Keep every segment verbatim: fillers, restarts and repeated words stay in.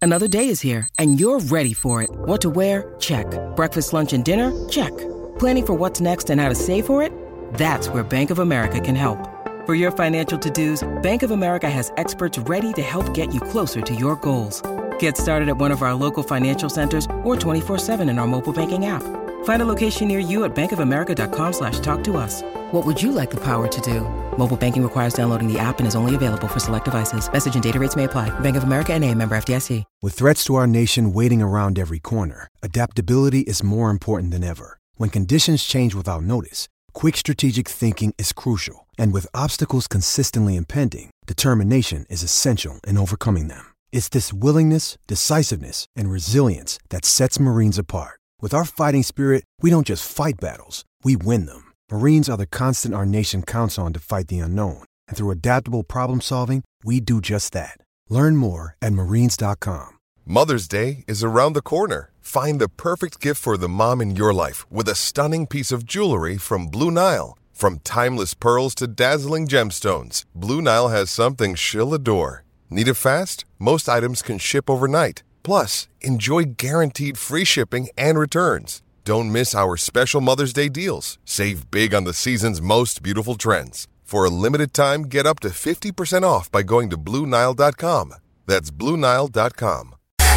Another day is here, and you're ready for it. What to wear? Check. Breakfast, lunch, and dinner? Check. Planning for what's next and how to save for it? That's where Bank of America can help. For your financial to-dos, Bank of America has experts ready to help get you closer to your goals. Get started at one of our local financial centers or twenty-four seven in our mobile banking app. Find a location near you at bankofamerica.com slash talk to us. What would you like the power to do? Mobile banking requires downloading the app and is only available for select devices. Message and data rates may apply. Bank of America N A, member F D I C. With threats to our nation waiting around every corner, adaptability is more important than ever. When conditions change without notice, quick strategic thinking is crucial. And with obstacles consistently impending, determination is essential in overcoming them. It's this willingness, decisiveness, and resilience that sets Marines apart. With our fighting spirit, we don't just fight battles, we win them. Marines are the constant our nation counts on to fight the unknown. And through adaptable problem solving, we do just that. Learn more at marines dot com. Mother's Day is around the corner. Find the perfect gift for the mom in your life with a stunning piece of jewelry from Blue Nile. From timeless pearls to dazzling gemstones, Blue Nile has something she'll adore. Need it fast? Most items can ship overnight. Plus, enjoy guaranteed free shipping and returns. Don't miss our special Mother's Day deals. Save big on the season's most beautiful trends. For a limited time, get up to fifty percent off by going to blue nile dot com. That's blue nile dot com.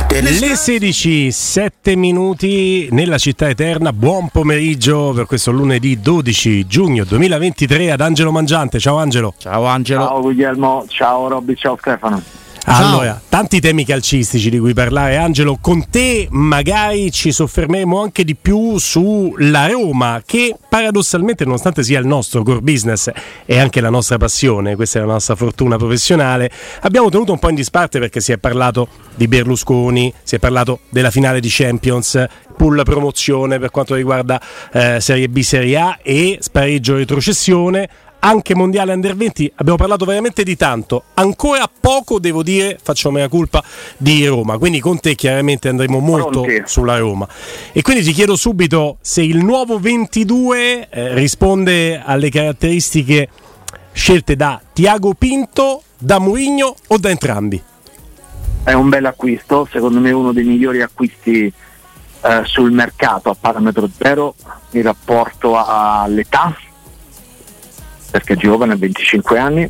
Le sedici, sette minuti nella città eterna. Buon pomeriggio per questo lunedì dodici giugno duemilaventitré ad Angelo Mangiante. Ciao Angelo. Ciao Angelo. Ciao Guglielmo, ciao Robby, ciao Stefano. Allora, tanti temi calcistici di cui parlare, Angelo. Con te magari ci soffermeremo anche di più sulla Roma, che paradossalmente, nonostante sia il nostro core business e anche la nostra passione, questa è la nostra fortuna professionale, abbiamo tenuto un po' in disparte perché si è parlato di Berlusconi, si è parlato della finale di Champions, pool promozione per quanto riguarda eh, Serie B, Serie A e spareggio retrocessione. Anche mondiale under venti, abbiamo parlato veramente di tanto, ancora poco devo dire, faccio mea culpa, di Roma, quindi con te chiaramente andremo molto Pronti. sulla Roma. E quindi ti chiedo subito se il nuovo ventidue eh, risponde alle caratteristiche scelte da Tiago Pinto, da Mourinho o da entrambi? È un bel acquisto, secondo me uno dei migliori acquisti eh, sul mercato a parametro zero, in rapporto all'età, perché è giovane, ha venticinque anni,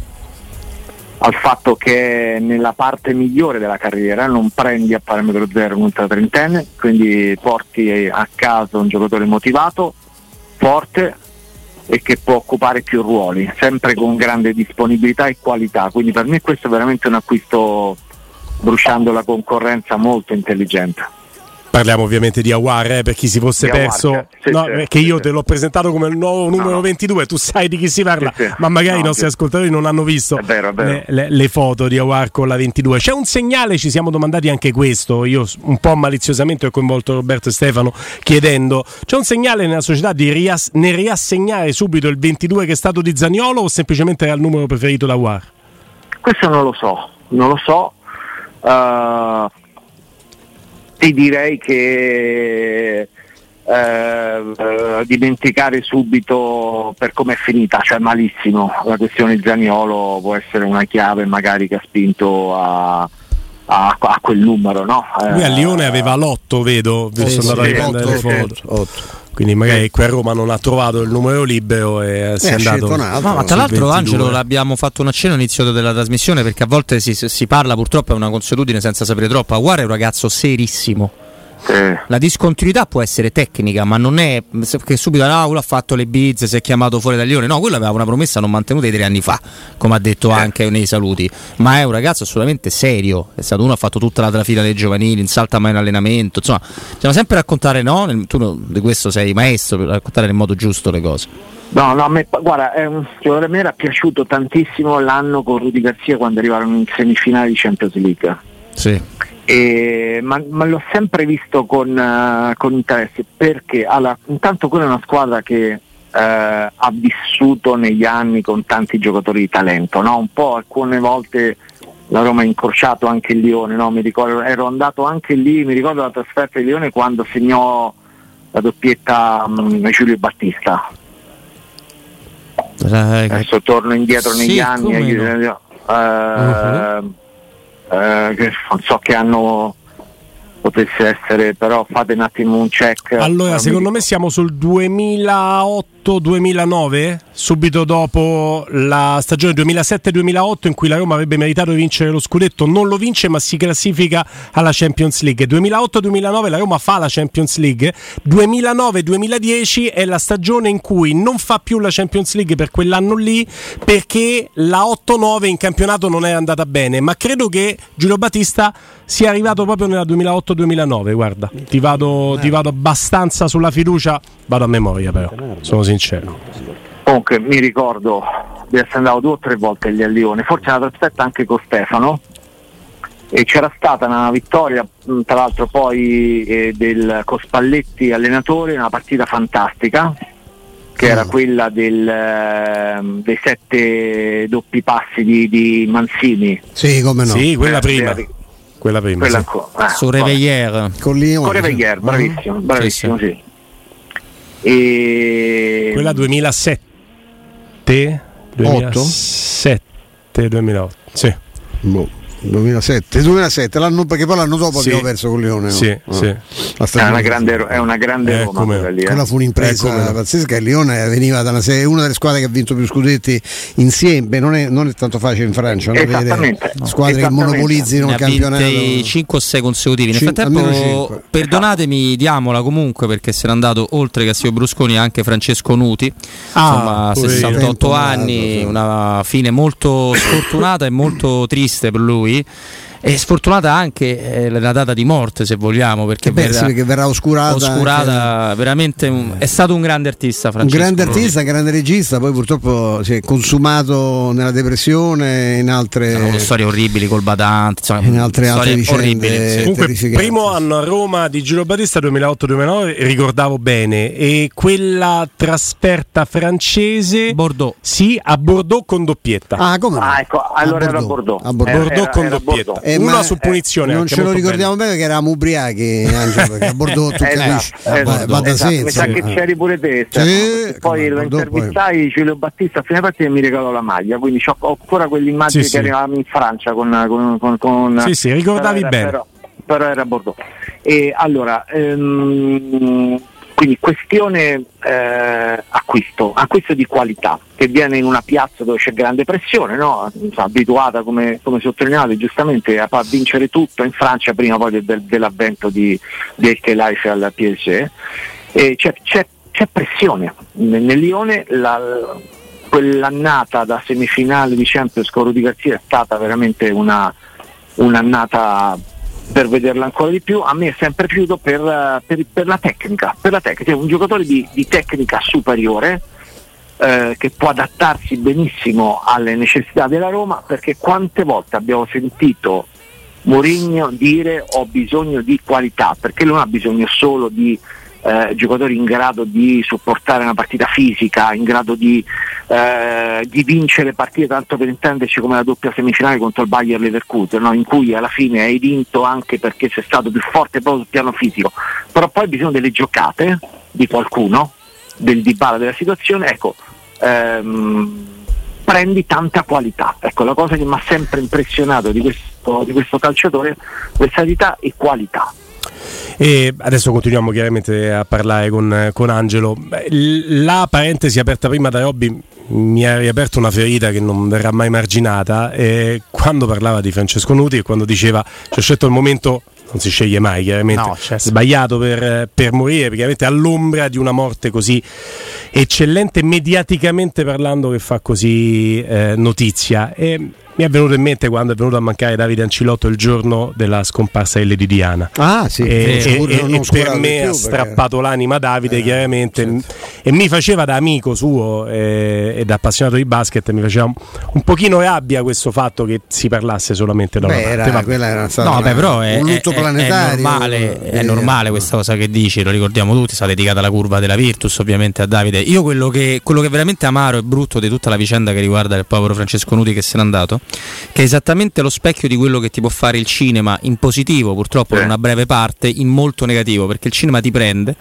al fatto che nella parte migliore della carriera non prendi a parametro zero un ultratrentenne, quindi porti a casa un giocatore motivato, forte e che può occupare più ruoli, sempre con grande disponibilità e qualità, quindi per me questo è veramente un acquisto, bruciando la concorrenza, molto intelligente. Parliamo ovviamente di Aouar, eh, per chi si fosse di perso, Aouar, sì, no, sì, perché sì, io sì. te l'ho presentato come il nuovo numero no, no. ventidue, tu sai di chi si parla, sì, sì. ma magari no, i nostri sì. ascoltatori non hanno visto è vero, è vero. Le, le, le foto di Aouar con la ventidue. C'è un segnale, ci siamo domandati anche questo, io un po' maliziosamente ho coinvolto Roberto e Stefano chiedendo, c'è un segnale nella società di riass- nel riassegnare subito il ventidue che è stato di Zaniolo o semplicemente era il numero preferito da Aouar? Questo non lo so, non lo so. Uh... Ti direi che eh, eh, dimenticare subito per come è finita, cioè malissimo, la questione Zaniolo può essere una chiave magari che ha spinto a, a, a quel numero, no? Lui a Lione aveva l'otto, vedo, vi sì, sono sì, andato a sì, le otto, foto. otto. Quindi magari qui a Roma non ha trovato il numero libero e si è andato. No, ma tra l'altro Angelo l'abbiamo fatto un accenno all'inizio della trasmissione, perché a volte si, si parla, purtroppo è una consuetudine senza sapere troppo. Aouar è un ragazzo serissimo. Eh. La discontinuità può essere tecnica, ma non è che subito no, quello ha fatto le bizze, si è chiamato fuori dal Lione. No, quello aveva una promessa non mantenuta di tre anni fa, come ha detto eh. anche nei saluti. Ma è un ragazzo assolutamente serio. È stato uno, ha fatto tutta la trafila dei giovanili, in salta mai in allenamento. Insomma, bisogna sempre raccontare, no? Tu di questo sei maestro, per raccontare nel modo giusto le cose. No, no, a me, guarda, è un, a me era piaciuto tantissimo l'anno con Rudy Garcia quando arrivarono in semifinale di Champions League. Sì. E, ma, ma l'ho sempre visto con, uh, con interesse, perché allora, intanto quella è una squadra che uh, ha vissuto negli anni con tanti giocatori di talento, no? Un po' alcune volte la Roma ha incrociato anche il Lione, no? Mi ricordo, ero andato anche lì, mi ricordo la trasferta di Lione quando segnò la doppietta um, Giulio Battista. Adesso torno indietro negli sì, anni, eh, no. uh, uh-huh. Uh, che non so che anno potesse essere, però fate un attimo un check. Allora, secondo me siamo sul duemilaotto duemilanove, subito dopo la stagione duemilasette duemilaotto in cui la Roma avrebbe meritato di vincere lo scudetto, non lo vince ma si classifica alla Champions League. duemilaotto duemilanove la Roma fa la Champions League, duemilanove duemiladieci è la stagione in cui non fa più la Champions League per quell'anno lì, perché la otto nove in campionato non è andata bene, ma credo che Giulio Battista sia arrivato proprio nella duemilaotto duemilanove. Guarda, ti vado, ti vado abbastanza sulla fiducia, vado a memoria però, sono sincero. Comunque mi ricordo di essere andato due o tre volte lì a Lione, forse una trasferta anche con Stefano, e c'era stata una vittoria tra l'altro poi eh, del Cospalletti allenatore, una partita fantastica che era quella del, eh, dei sette doppi passi di, di Mancini. Sì, come no. Sì, quella Eh, prima. eh, Quella prima. quella Sì. ancora. Eh, Su Reveillère Con Lione. Con Reveillère, bravissimo, bravissimo, Sì, sì. E... Quella duemilasette duemilasette duemilaotto. Sì. Boh, duemilasette duemilasette l'anno, perché poi l'anno dopo Sì. abbiamo perso con Lione. No? Sì, Ah. sì. La È stagione una grande, è una grande Eh, Roma come- quella lì, eh. Quella fu un'impresa Eh, come no. pazzesca. Il Lione veniva da una, serie, una delle squadre che ha vinto più scudetti insieme. Beh, non, è, non è tanto facile in Francia, no? Esattamente. Vedere squadre che Esattamente. monopolizzino ne il ha campionato. vinte cinque o sei consecutivi. Nel Cin- almeno frattempo, cinque. perdonatemi, diamola comunque perché se n'è andato oltre che a Silvio Brusconi anche Francesco Nuti. Ah, Insomma, poverino. sessantotto Tempo anni, malato, sì. una fine molto sfortunata e molto triste per lui. E sfortunata anche eh, la data di morte, se vogliamo, perché Eh beh, verrà, sì, perché verrà oscurata. oscurata veramente un- è stato un grande artista, Un Francesco grande Nuti. artista, grande regista, poi purtroppo si è consumato nella depressione, in altre, Sono avuto storie orribili col badante, insomma, in altre, altre storie vicende. orribili, sì. Comunque, terrificanti. primo anno a Roma di Giulio Battista, duemilaotto duemilanove, ricordavo bene, e quella trasferta francese, Bordeaux. sì, a Bordeaux con doppietta. Ah, come no? Ah, ecco, allora A era Bordeaux. A Bordeaux. Era- Bordeaux con era doppietta. Bordeaux. Eh, Una ma- su punizione. non anche ce lo molto ricordiamo bella. bene che eravamo ubriachi, Angelo, perché a Bordeaux tu Esatto, capisci, esatto, va, va da esatto. sé. Mi sa che insomma. c'eri pure te, Sì, Stefano. Poi come lo Bordeaux, poi. intervistai Giulio Battista a fine partita e mi regalò la maglia, quindi c'ho ho ancora quell'immagine Sì, che sì. eravamo in Francia con, con, con, con Sì, sì, ricordavi però era, bene. però, però era Bordeaux. E allora ehm, quindi questione eh, acquisto, acquisto di qualità che viene in una piazza dove c'è grande pressione, no? Abituata, come, come sottolineato giustamente, a, a vincere tutto in Francia prima poi del, del, dell'avvento di, di El Khelaifi al P S G, e c'è, c'è, c'è pressione nel Lione. La, quell'annata da semifinale di Champions con Rudi Garcia è stata veramente una, un'annata per vederla ancora di più. A me è sempre piaciuto per, per, per la tecnica, per la tecnica, è un giocatore di, di tecnica superiore, eh, che può adattarsi benissimo alle necessità della Roma, perché quante volte abbiamo sentito Mourinho dire ho bisogno di qualità, perché lui non ha bisogno solo di eh, giocatori in grado di supportare una partita fisica, in grado di, eh, di vincere partite, tanto per intenderci come la doppia semifinale contro il Bayer Leverkusen, no? In cui alla fine hai vinto anche perché sei stato più forte proprio sul piano fisico, però poi hai bisogno delle giocate di qualcuno, del Dybala della situazione, ecco, ehm, prendi tanta qualità. Ecco, la cosa che mi ha sempre impressionato di questo, di questo calciatore, versatilità e qualità. E adesso continuiamo chiaramente a parlare con, con Angelo. Beh, la parentesi aperta prima da Robby mi ha riaperto una ferita che non verrà mai marginata, eh, quando parlava di Francesco Nuti e quando diceva ci ho scelto il momento, non si sceglie mai chiaramente, No, certo. sbagliato per, per morire, praticamente all'ombra di una morte così eccellente mediaticamente parlando, che fa così eh, notizia. E mi è venuto in mente quando è venuto a mancare Davide Ancilotto il giorno della scomparsa di Lady Diana. Ah, sì, e, sì, e- pure e- non e per scurato me di più, ha perché- strappato l'anima Davide, Eh, chiaramente, certo. e mi faceva da amico suo eh, e da appassionato di basket, mi faceva un, un pochino rabbia questo fatto che si parlasse solamente da una Beh, parte. era, Vabbè. quella era stata No, una- beh, però è, un lutto è- è- planetario. È normale, è Eh, normale questa cosa che dici, lo ricordiamo tutti, è stata dedicata la curva della Virtus ovviamente a Davide. Io quello che, quello che è veramente amaro e brutto di tutta la vicenda che riguarda il povero Francesco Nuti che se n'è andato, che è esattamente lo specchio di quello che ti può fare il cinema in positivo, purtroppo Sì. per una breve parte, in molto negativo, perché il cinema ti prende,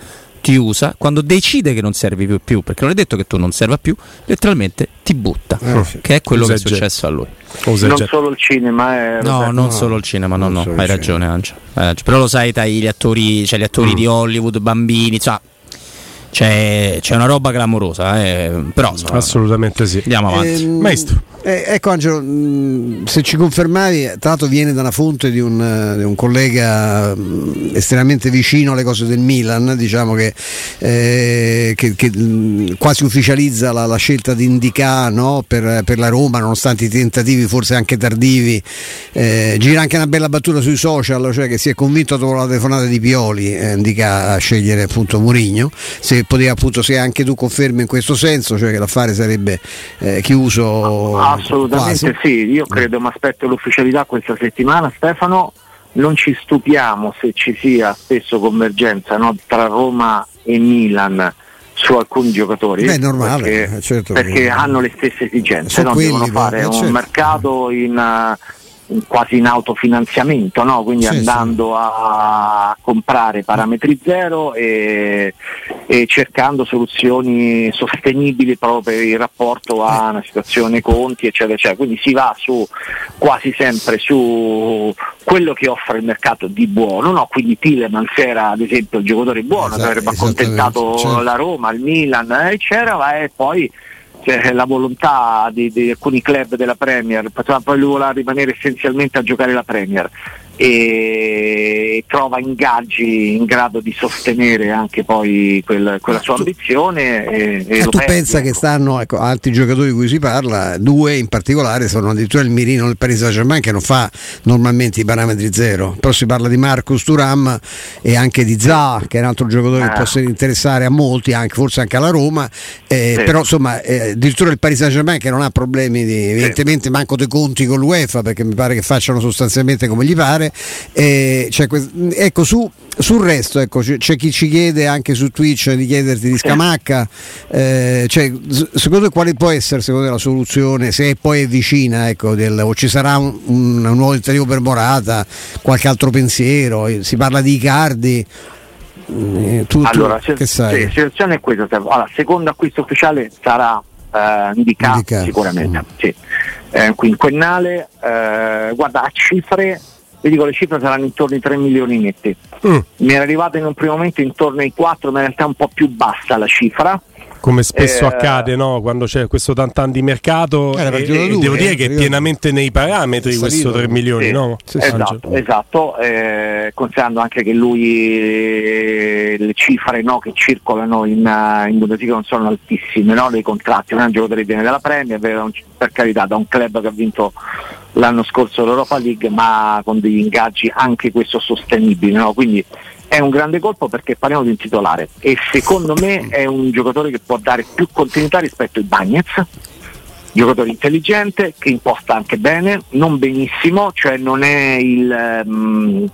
ti usa, quando decide che non servi più, più perché non è detto che tu non serva più, letteralmente ti butta, eh, sì. che è quello Usa che è successo a lui. Usa non solo il cinema, eh, no, Roberto. non no. solo il cinema, no, no, hai ragione, Angelo. Hai ragione. Però lo sai, dai, gli attori, cioè gli attori mm. di Hollywood, bambini, cioè, c'è, c'è una roba clamorosa, eh, però insomma, assolutamente sì. Andiamo avanti. Ehm, Maestro. Eh, ecco Angelo, mh, se ci confermavi, tra l'altro viene da una fonte di un, di un collega mh, estremamente vicino alle cose del Milan, diciamo che, eh, che, che mh, quasi ufficializza la, la scelta di Ndicà, no, per, per la Roma, nonostante i tentativi forse anche tardivi. Eh, gira anche una bella battuta sui social, cioè che si è convinto dopo la telefonata di Pioli eh, Ndicà a scegliere appunto Mourinho. Se poteva appunto, se anche tu confermi in questo senso, cioè che l'affare sarebbe eh, chiuso. Assolutamente quasi. Sì, io credo, mi aspetto l'ufficialità questa settimana, Stefano. Non ci stupiamo se ci sia spesso convergenza, no, tra Roma e Milan su alcuni giocatori. Beh, è normale, perché, certo, perché che... hanno le stesse esigenze, no? Quelli, devono fare eh, un certo. mercato in uh, quasi in autofinanziamento, no? Quindi sì, andando sì. a comprare parametri zero e, e cercando soluzioni sostenibili proprio per il rapporto a una situazione conti, eccetera, eccetera. Quindi si va su quasi sempre su quello che offre il mercato di buono, no? Quindi Tielemans era ad esempio il giocatore buono, esatto, che avrebbe accontentato certo. la Roma, il Milan, eccetera, e poi c'è la volontà di, di alcuni club della Premier, poi lui vuole rimanere essenzialmente a giocare la Premier e trova ingaggi in grado di sostenere anche poi quel, quella sua ambizione. E, e eh, tu perdi, pensa ecco. che stanno, ecco, altri giocatori di cui si parla, due in particolare sono addirittura il mirino del Paris Saint-Germain, che non fa normalmente i parametri zero, però si parla di Marcus Thuram e anche di Zaha, che è un altro giocatore ah. che può interessare a molti, anche, forse anche alla Roma, eh, sì. però insomma eh, addirittura il Paris Saint-Germain, che non ha problemi di, evidentemente sì. manco dei conti con l'UEFA, perché mi pare che facciano sostanzialmente come gli pare. Eh, cioè, ecco, su, sul resto, ecco, c'è, c'è chi ci chiede anche su Twitch di chiederti di Scamacca, eh, cioè, secondo te quale può essere secondo te la soluzione, se poi è vicina, ecco, del, o ci sarà un, un, un nuovo tentativo per Morata, qualche altro pensiero, si parla di Icardi. Eh, tu, allora, tu, che sai? Sì, la situazione è questa. Allora, secondo acquisto ufficiale sarà eh, indicato Indica. sicuramente, mm. sì. eh, quinquennale, eh, guarda, a cifre, vi dico, le cifre saranno intorno ai tre milioni netti. Mm. Mi era arrivata in un primo momento intorno ai quattro, ma in realtà è un po' più bassa la cifra. Come spesso eh, accade, no? Quando c'è questo tantan di mercato, eh, e, e devo dire che è pienamente nei parametri questo tre milioni, sì, no? Sì, esatto, esatto, eh, considerando anche che lui eh, le cifre, no, che circolano in, uh, in Bundesliga non sono altissime, no? Dei contratti, non è un giocatore che viene dalla Premier, per carità, da un club che ha vinto l'anno scorso l'Europa League, ma con degli ingaggi anche questo sostenibili, no? Quindi è un grande colpo, perché parliamo di un titolare e secondo me è un giocatore che può dare più continuità rispetto ai Bagnez, giocatore intelligente che imposta anche bene, non benissimo, cioè non è il um,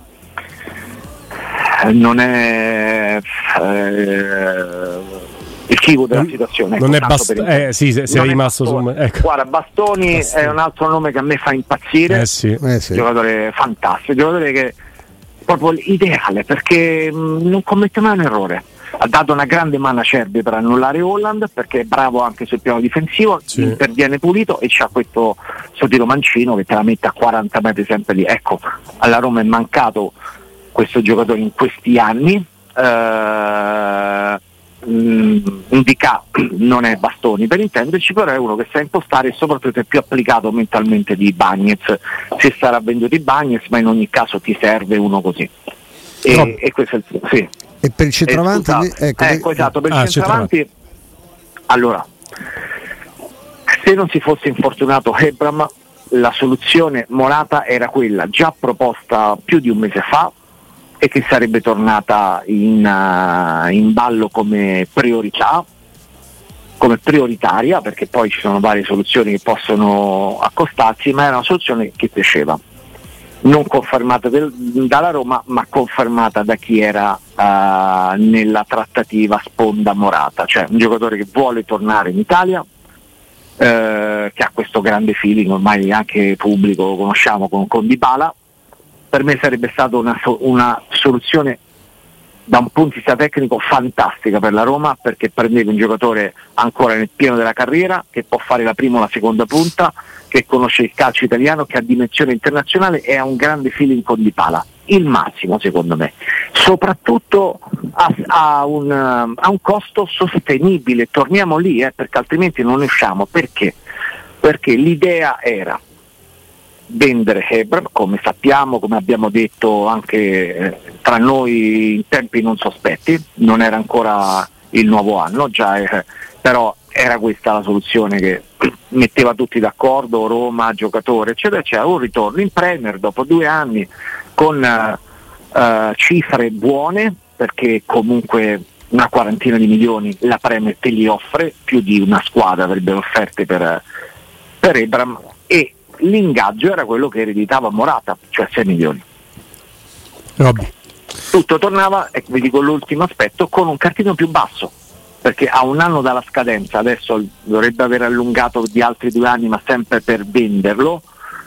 non è eh, il chivo della situazione, non ecco, è bast- eh, sì, se, se è rimasto su, ecco. Guarda, Bastoni, Bastoni è un altro nome che a me fa impazzire, eh sì. Eh sì. Giocatore fantastico, giocatore che proprio ideale, perché mh, non commette mai un errore. Ha dato una grande mano a Cerbi per annullare Holland, perché è bravo anche sul piano difensivo, sì. interviene pulito e c'ha questo suo tiro mancino che te la mette a quaranta metri sempre lì. Ecco, alla Roma è mancato questo giocatore in questi anni. Uh, Indica non è Bastoni per intenderci, però è uno che sa impostare e soprattutto è più applicato mentalmente di Bagnez. Si sarà venduto i Bagnez, ma in ogni caso ti serve uno così. E, no. e questo è il, sì. E per il centravanti? Eh, ecco, ecco esatto, per ah, il centravanti, allora, se non si fosse infortunato Hebram, la soluzione Morata era quella già proposta più di un mese fa e che sarebbe tornata in, uh, in ballo come priorità, come prioritaria, perché poi ci sono varie soluzioni che possono accostarsi, ma era una soluzione che piaceva, non confermata del, dalla Roma, ma confermata da chi era uh, nella trattativa sponda Morata, cioè un giocatore che vuole tornare in Italia, eh, che ha questo grande feeling, ormai anche pubblico lo conosciamo con, con Dybala. Per me sarebbe stata una, una soluzione da un punto di vista tecnico fantastica per la Roma, perché prendeva un giocatore ancora nel pieno della carriera, che può fare la prima o la seconda punta, che conosce il calcio italiano, che ha dimensione internazionale e ha un grande feeling con Dybala, il massimo secondo me, soprattutto a, a, un, a un costo sostenibile. Torniamo lì, eh, perché altrimenti non ne usciamo. Perché? Perché l'idea era vendere Hebram, come sappiamo, come abbiamo detto anche eh, tra noi in tempi non sospetti, non era ancora il nuovo anno, già eh, però era questa la soluzione che metteva tutti d'accordo, Roma, giocatore, eccetera. C'era un ritorno in Premier dopo due anni con eh, eh, cifre buone, perché comunque una quarantina di milioni la Premier te li offre, più di una squadra avrebbe offerte per, per Hebram, e l'ingaggio era quello che ereditava Morata, cioè sei milioni. Robby. Tutto tornava, e vi dico l'ultimo aspetto, con un cartino più basso, perché a un anno dalla scadenza, adesso dovrebbe aver allungato di altri due anni, ma sempre per venderlo,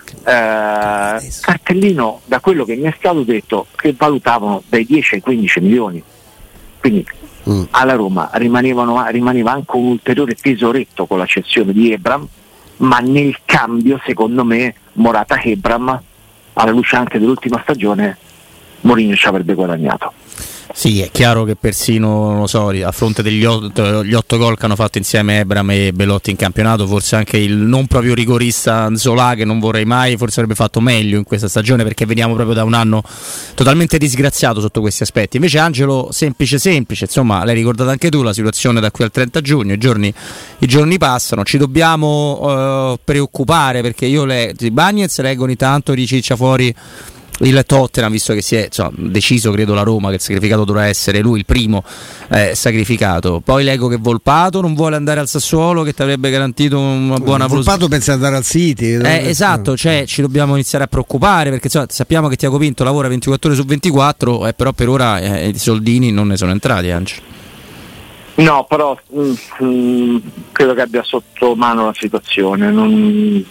eh, cartellino, da quello che mi è stato detto, che valutavano dai dieci ai quindici milioni, quindi mm. alla Roma rimanevano, rimaneva anche un ulteriore tesoretto con la cessione di Hebram, ma nel cambio secondo me Morata Hebram, alla luce anche dell'ultima stagione, Mourinho ci avrebbe guadagnato. Sì, è chiaro che persino, non lo so, a fronte degli otto, gli otto gol che hanno fatto insieme Ebram e Belotti in campionato, forse anche il non proprio rigorista Zola, che non vorrei mai, forse avrebbe fatto meglio in questa stagione, perché veniamo proprio da un anno totalmente disgraziato sotto questi aspetti. Invece Angelo, semplice semplice, insomma, l'hai ricordata anche tu la situazione da qui al trenta giugno, i giorni, i giorni passano, ci dobbiamo uh, preoccupare, perché io le Bagnez leggo ogni tanto riciccia fuori il Tottenham, visto che si è insomma, deciso, credo, la Roma, che il sacrificato dovrà essere lui il primo eh, sacrificato. Poi leggo che Volpato non vuole andare al Sassuolo, che ti avrebbe garantito una buona Volpato pensa di andare al City, eh, esatto, cioè ci dobbiamo iniziare a preoccupare, perché insomma, sappiamo che Tiago Pinto lavora ventiquattro ore su ventiquattro, eh, però per ora eh, i soldini non ne sono entrati, Angelo. No, però mh, mh, credo che abbia sotto mano la situazione, non...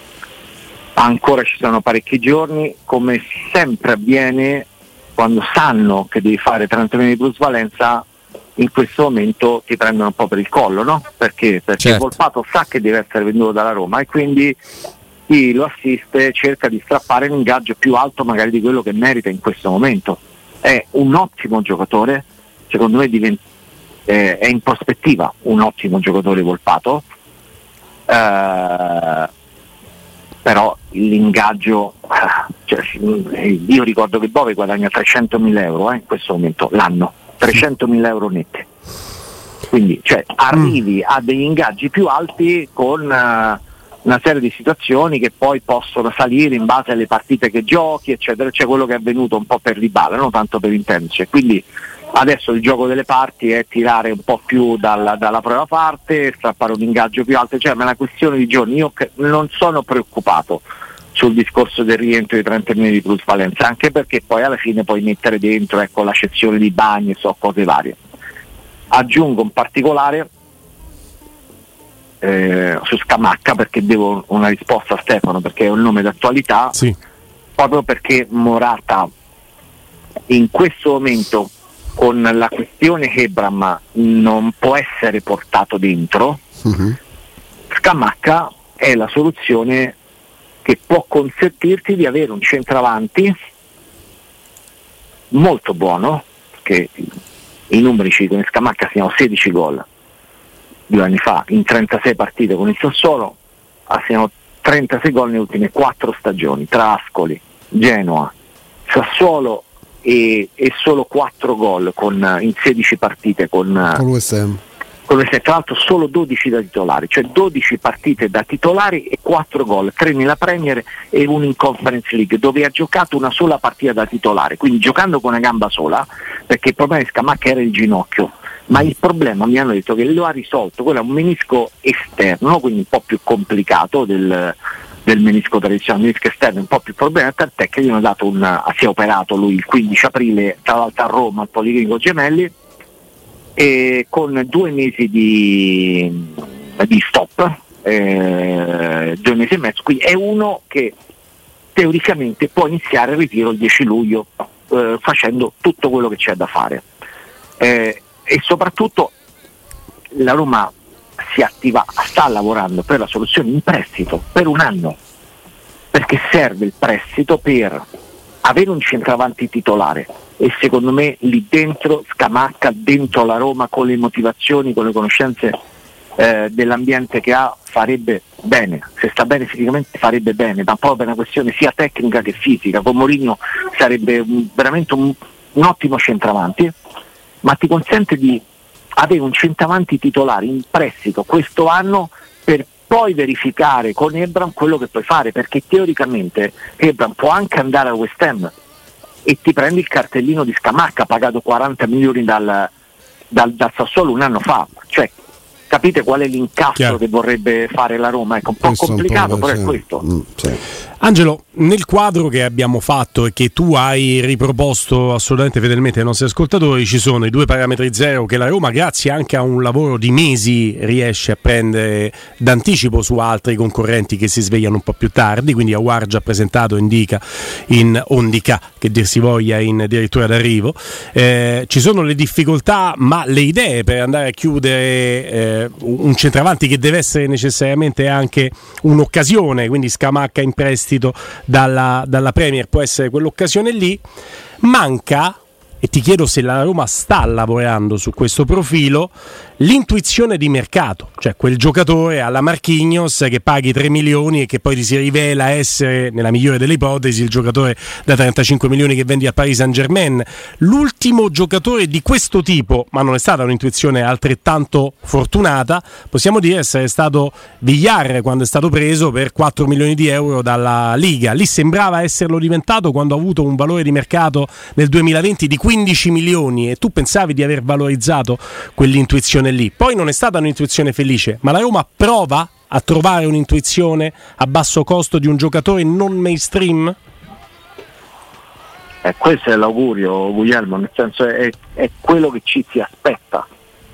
ancora ci sono parecchi giorni, come sempre avviene quando sanno che devi fare trenta milioni di plusvalenza, in questo momento ti prendono un po' per il collo, no? Perché? Perché certo. Volpato sa che deve essere venduto dalla Roma e quindi chi lo assiste cerca di strappare un ingaggio più alto magari di quello che merita in questo momento. È un ottimo giocatore, secondo me diventa, eh, è in prospettiva un ottimo giocatore Volpato, eh, però l'ingaggio, cioè, io ricordo che Bove guadagna trecentomila euro eh, in questo momento l'anno, trecentomila euro netti, quindi cioè, arrivi a degli ingaggi più alti con uh, una serie di situazioni che poi possono salire in base alle partite che giochi, eccetera. C'è quello che è avvenuto un po' per Dybala, no? Tanto per intenderci, quindi adesso il gioco delle parti è tirare un po' più dalla, dalla prima parte, strappare un ingaggio più alto, cioè ma è una questione di giorni. Io non sono preoccupato sul discorso del rientro di trenta milioni di plusvalenza, anche perché poi alla fine puoi mettere dentro, ecco, la cessione di Bagni, so, cose varie. Aggiungo un particolare eh, su Scamacca, perché devo una risposta a Stefano, perché è un nome d'attualità, sì. Proprio perché Morata in questo momento con la questione Hebram non può essere portato dentro, uh-huh. Scamacca è la soluzione che può consentirti di avere un centravanti molto buono, che i numeri ci dicono, in Scamacca siamo sedici gol due anni fa in trentasei partite con il Sassuolo, siamo trentasei gol nelle ultime quattro stagioni tra Ascoli, Genoa, Sassuolo e, e solo quattro gol con, in sedici partite con, con l'U S M. Con l'U S M, tra l'altro solo dodici da titolari, cioè dodici partite da titolari e quattro gol, tre nella Premier e uno in Conference League, dove ha giocato una sola partita da titolare, quindi giocando con una gamba sola, perché il problema di Scamacca era il ginocchio, ma il problema mi hanno detto che lo ha risolto, quello è un menisco esterno, quindi un po' più complicato del del menisco tradizionale, il menisco esterno un po' più problema, tant'è che gli hanno dato un, si è operato lui il quindici aprile, tra l'altro a Roma al Policlinico Gemelli, e con due mesi di, di stop, eh, due mesi e mezzo, quindi è uno che teoricamente può iniziare il ritiro il dieci luglio, eh, facendo tutto quello che c'è da fare. eh, e soprattutto la Roma si attiva, sta lavorando per la soluzione in prestito per un anno, perché serve il prestito per avere un centravanti titolare, e secondo me lì dentro Scamacca, dentro la Roma, con le motivazioni, con le conoscenze eh, dell'ambiente che ha, farebbe bene. Se sta bene fisicamente farebbe bene, ma poi per una questione sia tecnica che fisica. Con Mourinho sarebbe un, veramente un, un ottimo centravanti, ma ti consente di avere un centravanti titolare in prestito questo anno per poi verificare con Ebram quello che puoi fare, perché teoricamente Ebram può anche andare a West Ham e ti prendi il cartellino di Scamacca pagato quaranta milioni dal, dal, dal Sassuolo un anno fa. Cioè, capite qual è l'incasso Chiaro. che vorrebbe fare la Roma? Ecco, un po' Questo complicato, un po', però sì. è questo. Mm, sì. Angelo, nel quadro che abbiamo fatto e che tu hai riproposto assolutamente fedelmente ai nostri ascoltatori, ci sono i due parametri zero che la Roma, grazie anche a un lavoro di mesi, riesce a prendere d'anticipo su altri concorrenti che si svegliano un po' più tardi. Quindi Aouar già presentato, Indica in Ondica, che dir si voglia, in addirittura d'arrivo. Eh, ci sono le difficoltà, ma le idee per andare a chiudere eh, un centravanti che deve essere necessariamente anche un'occasione, quindi Scamacca in prestito dalla, dalla Premier può essere quell'occasione lì. Manca, e ti chiedo se la Roma sta lavorando su questo profilo, l'intuizione di mercato, cioè quel giocatore alla Marquinhos che paghi tre milioni e che poi ti si rivela essere, nella migliore delle ipotesi, il giocatore da trentacinque milioni che vendi a Paris Saint-Germain. L'ultimo giocatore di questo tipo, ma non è stata un'intuizione altrettanto fortunata, possiamo dire essere stato Villar, quando è stato preso per quattro milioni di euro dalla Liga. Lì sembrava esserlo diventato quando ha avuto un valore di mercato nel duemilaventi di quindici milioni, e tu pensavi di aver valorizzato quell'intuizione lì. Poi non è stata un'intuizione felice, ma la Roma prova a trovare un'intuizione a basso costo di un giocatore non mainstream? Eh, questo è l'augurio, Guglielmo, nel senso è, è quello che ci si aspetta.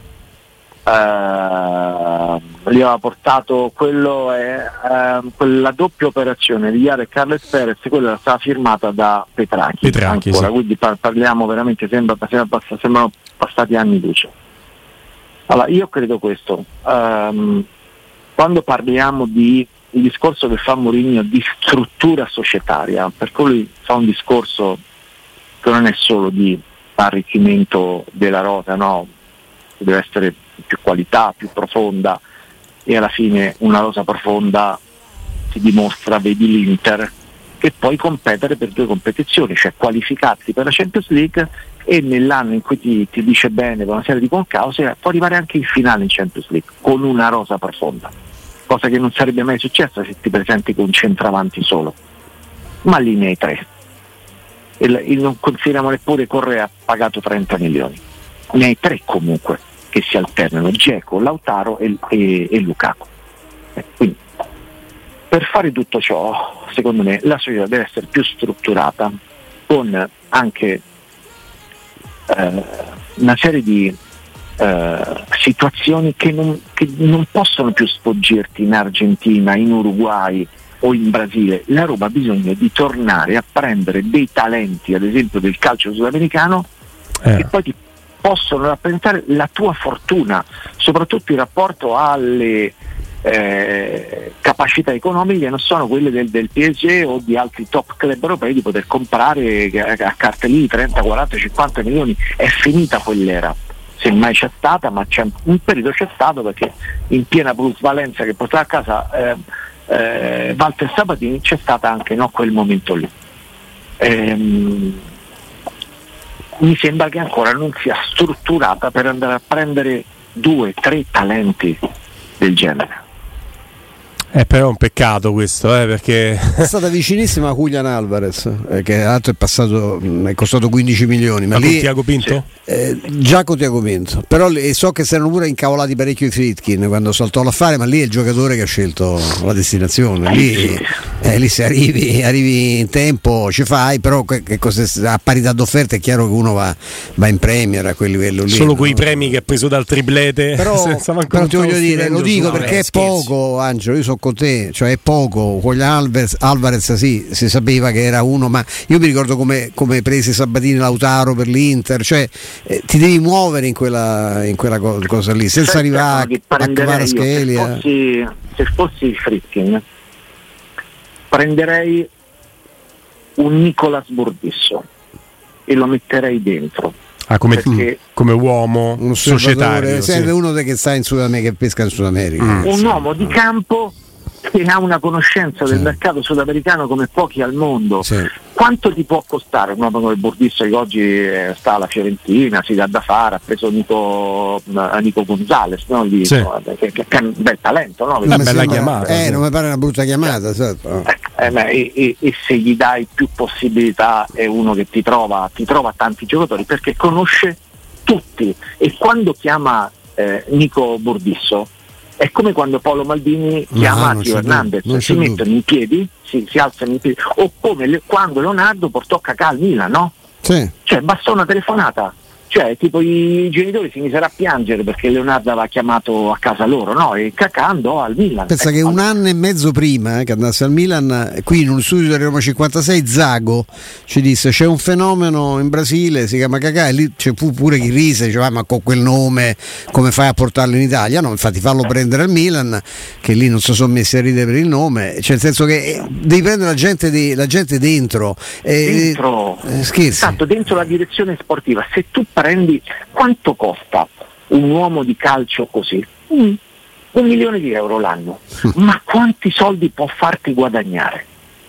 Uh, gli aveva portato quello è, uh, quella doppia operazione di Iare e Carles Perez, quella stata firmata da Petracchi, Petracchi ancora, sì. Quindi par- parliamo veramente, sembra, sembra, sembrano passati anni luce. Allora, io credo questo, um, quando parliamo di il discorso che fa Mourinho di struttura societaria, per cui lui fa un discorso che non è solo di arricchimento della rosa, no? Deve essere più qualità, più profonda, e alla fine una rosa profonda si dimostra, vedi l'Inter, che puoi competere per due competizioni, cioè qualificarsi per la Champions League, e nell'anno in cui ti, ti dice bene con una serie di concause può arrivare anche in finale in Champions League con una rosa profonda, cosa che non sarebbe mai successa se ti presenti con un centravanti solo, ma lì ne hai tre, e, e non consideriamo neppure Correa pagato trenta milioni, ne hai tre comunque che si alternano, Dzeko, Lautaro e, e, e Lukaku. Eh, quindi per fare tutto ciò, secondo me, la società deve essere più strutturata, con anche eh, una serie di eh, situazioni che non, che non possono più sfoggerti in Argentina, in Uruguay o in Brasile. La Roma ha bisogno di tornare a prendere dei talenti, ad esempio del calcio sudamericano, eh. che poi ti possono rappresentare la tua fortuna, soprattutto in rapporto alle eh, capacità economiche che non sono quelle del, del P S G o di altri top club europei, di poter comprare a cartellini trenta, quaranta, cinquanta milioni. È finita quell'era, semmai c'è stata, ma c'è un periodo c'è stato, perché in piena plusvalenza che portava a casa eh, eh, Walter Sabatini c'è stata anche, no, quel momento lì. Ehm, mi sembra che ancora non sia strutturata per andare a prendere due, tre talenti del genere. Eh, però è un peccato questo, eh, perché è stata vicinissima a Julian Alvarez, eh, che tra l'altro è passato, è costato quindici milioni, ma, ma lì con Tiago Pinto? Sì. Eh, già con Tiago Pinto, però e so che si erano pure incavolati parecchio i Friedkin quando saltò l'affare, ma lì è il giocatore che ha scelto la destinazione, lì, eh, lì se arrivi, arrivi in tempo ci fai, però che, che cosa, a parità d'offerta è chiaro che uno va, va in Premier a quel livello lì, solo no? quei premi che ha preso dal triplete, però, però ti voglio dire, lo dico no, perché eh, è poco, Angelo, io sono sono con te, cioè è poco. Con gli Alvarez, Alvarez sì, si sapeva che era uno, ma io mi ricordo come, come prese Sabatini Lautaro per l'Inter, cioè eh, ti devi muovere in quella, in quella co- cosa lì, senza Certo, arrivare a Kvaratskhelia. Se fossi, se fossi il Friedkin prenderei un Nicolas Burdisso e lo metterei dentro. Ah, come, perché come uomo Un societario, serve sì. uno che sta in Sud America, che pesca in Sud America. Mm. un uomo di campo che ha una conoscenza del Sì. mercato sudamericano come pochi al mondo. Sì. Quanto ti può costare un uomo come Burdisso che oggi eh, sta alla Fiorentina, si dà da fare, ha preso Nico, uh, Nico Gonzalez, no? Lì, Sì. no? Che, che è un bel talento, no? Una Mi bella sembra- chiamata, Eh, sì. non mi pare una brutta chiamata, certo. Eh, ma e, e, e se gli dai più possibilità è uno che ti trova, ti trova tanti giocatori perché conosce tutti, e quando chiama eh, Nico Burdisso è come quando Paolo Maldini No, chiama non Tio c'è Hernandez, dubbio, non si c'è mettono dubbio. in piedi, si, si alzano in piedi, o come le- quando Leonardo portò Cacà al Milan, no? Sì. Cioè basta una telefonata, cioè tipo i genitori si misero a piangere perché Leonardo aveva chiamato a casa loro, no? E Cacà andò al Milan. Pensa che Ecco, un anno e mezzo prima eh, che andasse al Milan, eh, qui in un studio di Roma cinquantasei, Zago ci disse: c'è un fenomeno in Brasile, si chiama Cacà, e lì c'è fu pure chi rise, diceva: ah, ma con quel nome come fai a portarlo in Italia? No, infatti fallo prendere al Milan, che lì non si sono messi a ridere per il nome, cioè nel senso che eh, devi prendere la gente, di, la gente dentro. Eh, dentro, eh, scherzi. esatto, dentro la direzione sportiva. Se tu prendi, quanto costa un uomo di calcio così? Mm, un milione di euro l'anno, ma quanti soldi può farti guadagnare?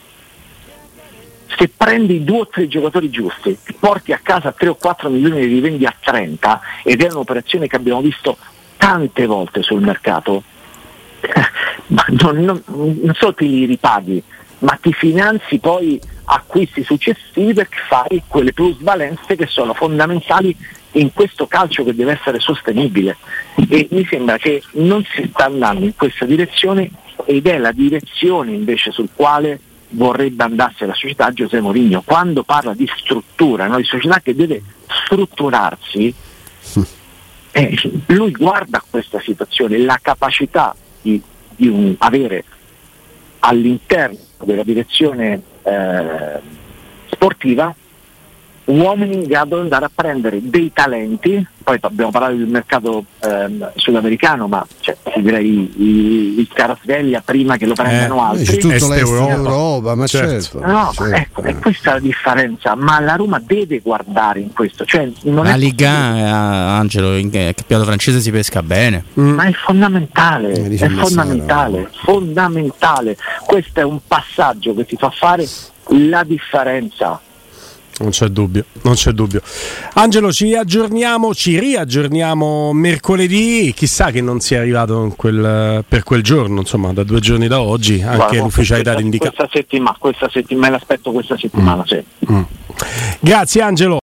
Se prendi due o tre giocatori giusti, ti porti a casa tre o quattro milioni e li rivendi a trenta, ed è un'operazione che abbiamo visto tante volte sul mercato, ma non, non, non solo ti li ripaghi, ma ti finanzi poi acquisti successivi perché fai quelle plusvalenze che sono fondamentali in questo calcio che deve essere sostenibile, e mi sembra che non si sta andando in questa direzione, ed è la direzione invece sul quale vorrebbe andarsi la società José Mourinho quando parla di struttura, no? Di società che deve strutturarsi. Eh, lui guarda questa situazione, la capacità di, di un, avere all'interno della direzione eh, sportiva uomini in grado di andare a prendere dei talenti. Poi abbiamo parlato del mercato ehm, sudamericano, ma cioè, direi il, il Kvaratskhelia prima che lo prendano Eh, altri. C'è tutto Est l'est Europa. Europa, ma Certo. certo, No, certo. ecco, è questa la differenza, ma la Roma deve guardare in questo, cioè non La è Liga, possibile. eh, Angelo, in che- campionato francese si pesca bene. Ma è fondamentale, Eh, dice è Massaro. fondamentale, fondamentale. Questo è un passaggio che ti fa fare la differenza. Non c'è dubbio, non c'è dubbio. Angelo, ci aggiorniamo, ci riaggiorniamo mercoledì. Chissà che non sia arrivato in quel, per quel giorno, insomma, da due giorni da oggi, anche Guarda, l'ufficialità questa, indica. questa settimana, questa settimana, me l'aspetto questa settimana, sì. Mm. Grazie Angelo.